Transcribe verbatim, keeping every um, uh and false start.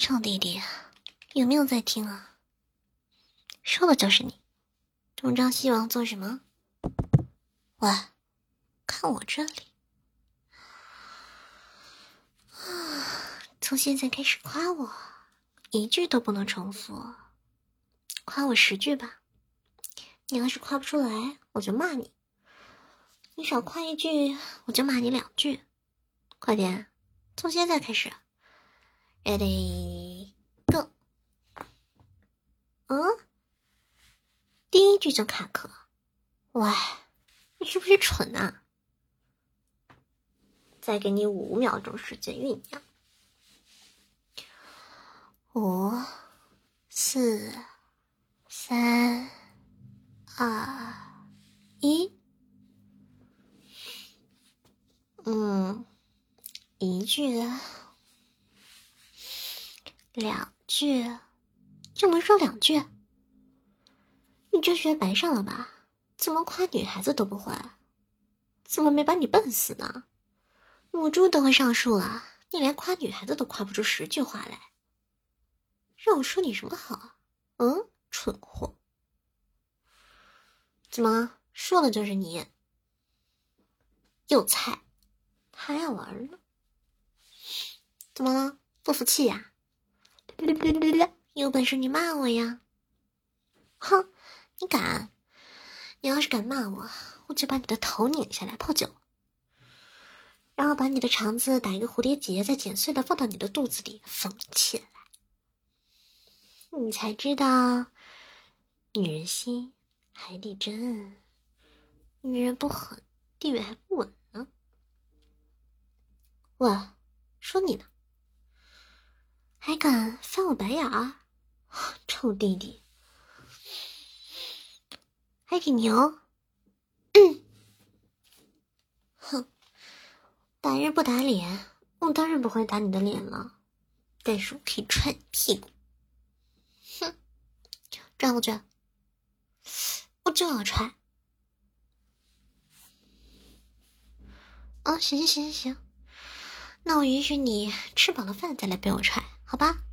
臭弟弟，有没有在听啊？说的就是你，东张西望做什么？喂，看我这里！从现在开始夸我，一句都不能重复，夸我十句吧。你要是夸不出来，我就骂你。你少夸一句，我就骂你两句。快点，从现在开始。Ready, go。嗯，第一句就卡壳。喂，你是不是蠢啊？再给你五秒钟时间酝酿。五、四、三、二、一。嗯，一句，两句，就能说两句？你这学白上了吧？怎么夸女孩子都不会？怎么没把你笨死呢？母猪都会上树了，你连夸女孩子都夸不出十句话来，让我说你什么好？嗯，蠢货！怎么说的就是你？又菜，还爱玩呢？怎么了？不服气呀？有本事你骂我呀！哼，你敢？你要是敢骂我，我就把你的头拧下来泡酒，然后把你的肠子打一个蝴蝶结，再剪碎的放到你的肚子里缝起来。你才知道，女人心，海底针。女人不狠，地位还不稳呢。喂，说你呢，还敢翻我白眼儿？臭弟弟，还挺牛。嗯，哼，打人不打脸，我当然不会打你的脸了，但是我可以踹你屁股。哼，转过去，我就要踹。哦，行行行行行，那我允许你吃饱了饭再来被我踹，好吧？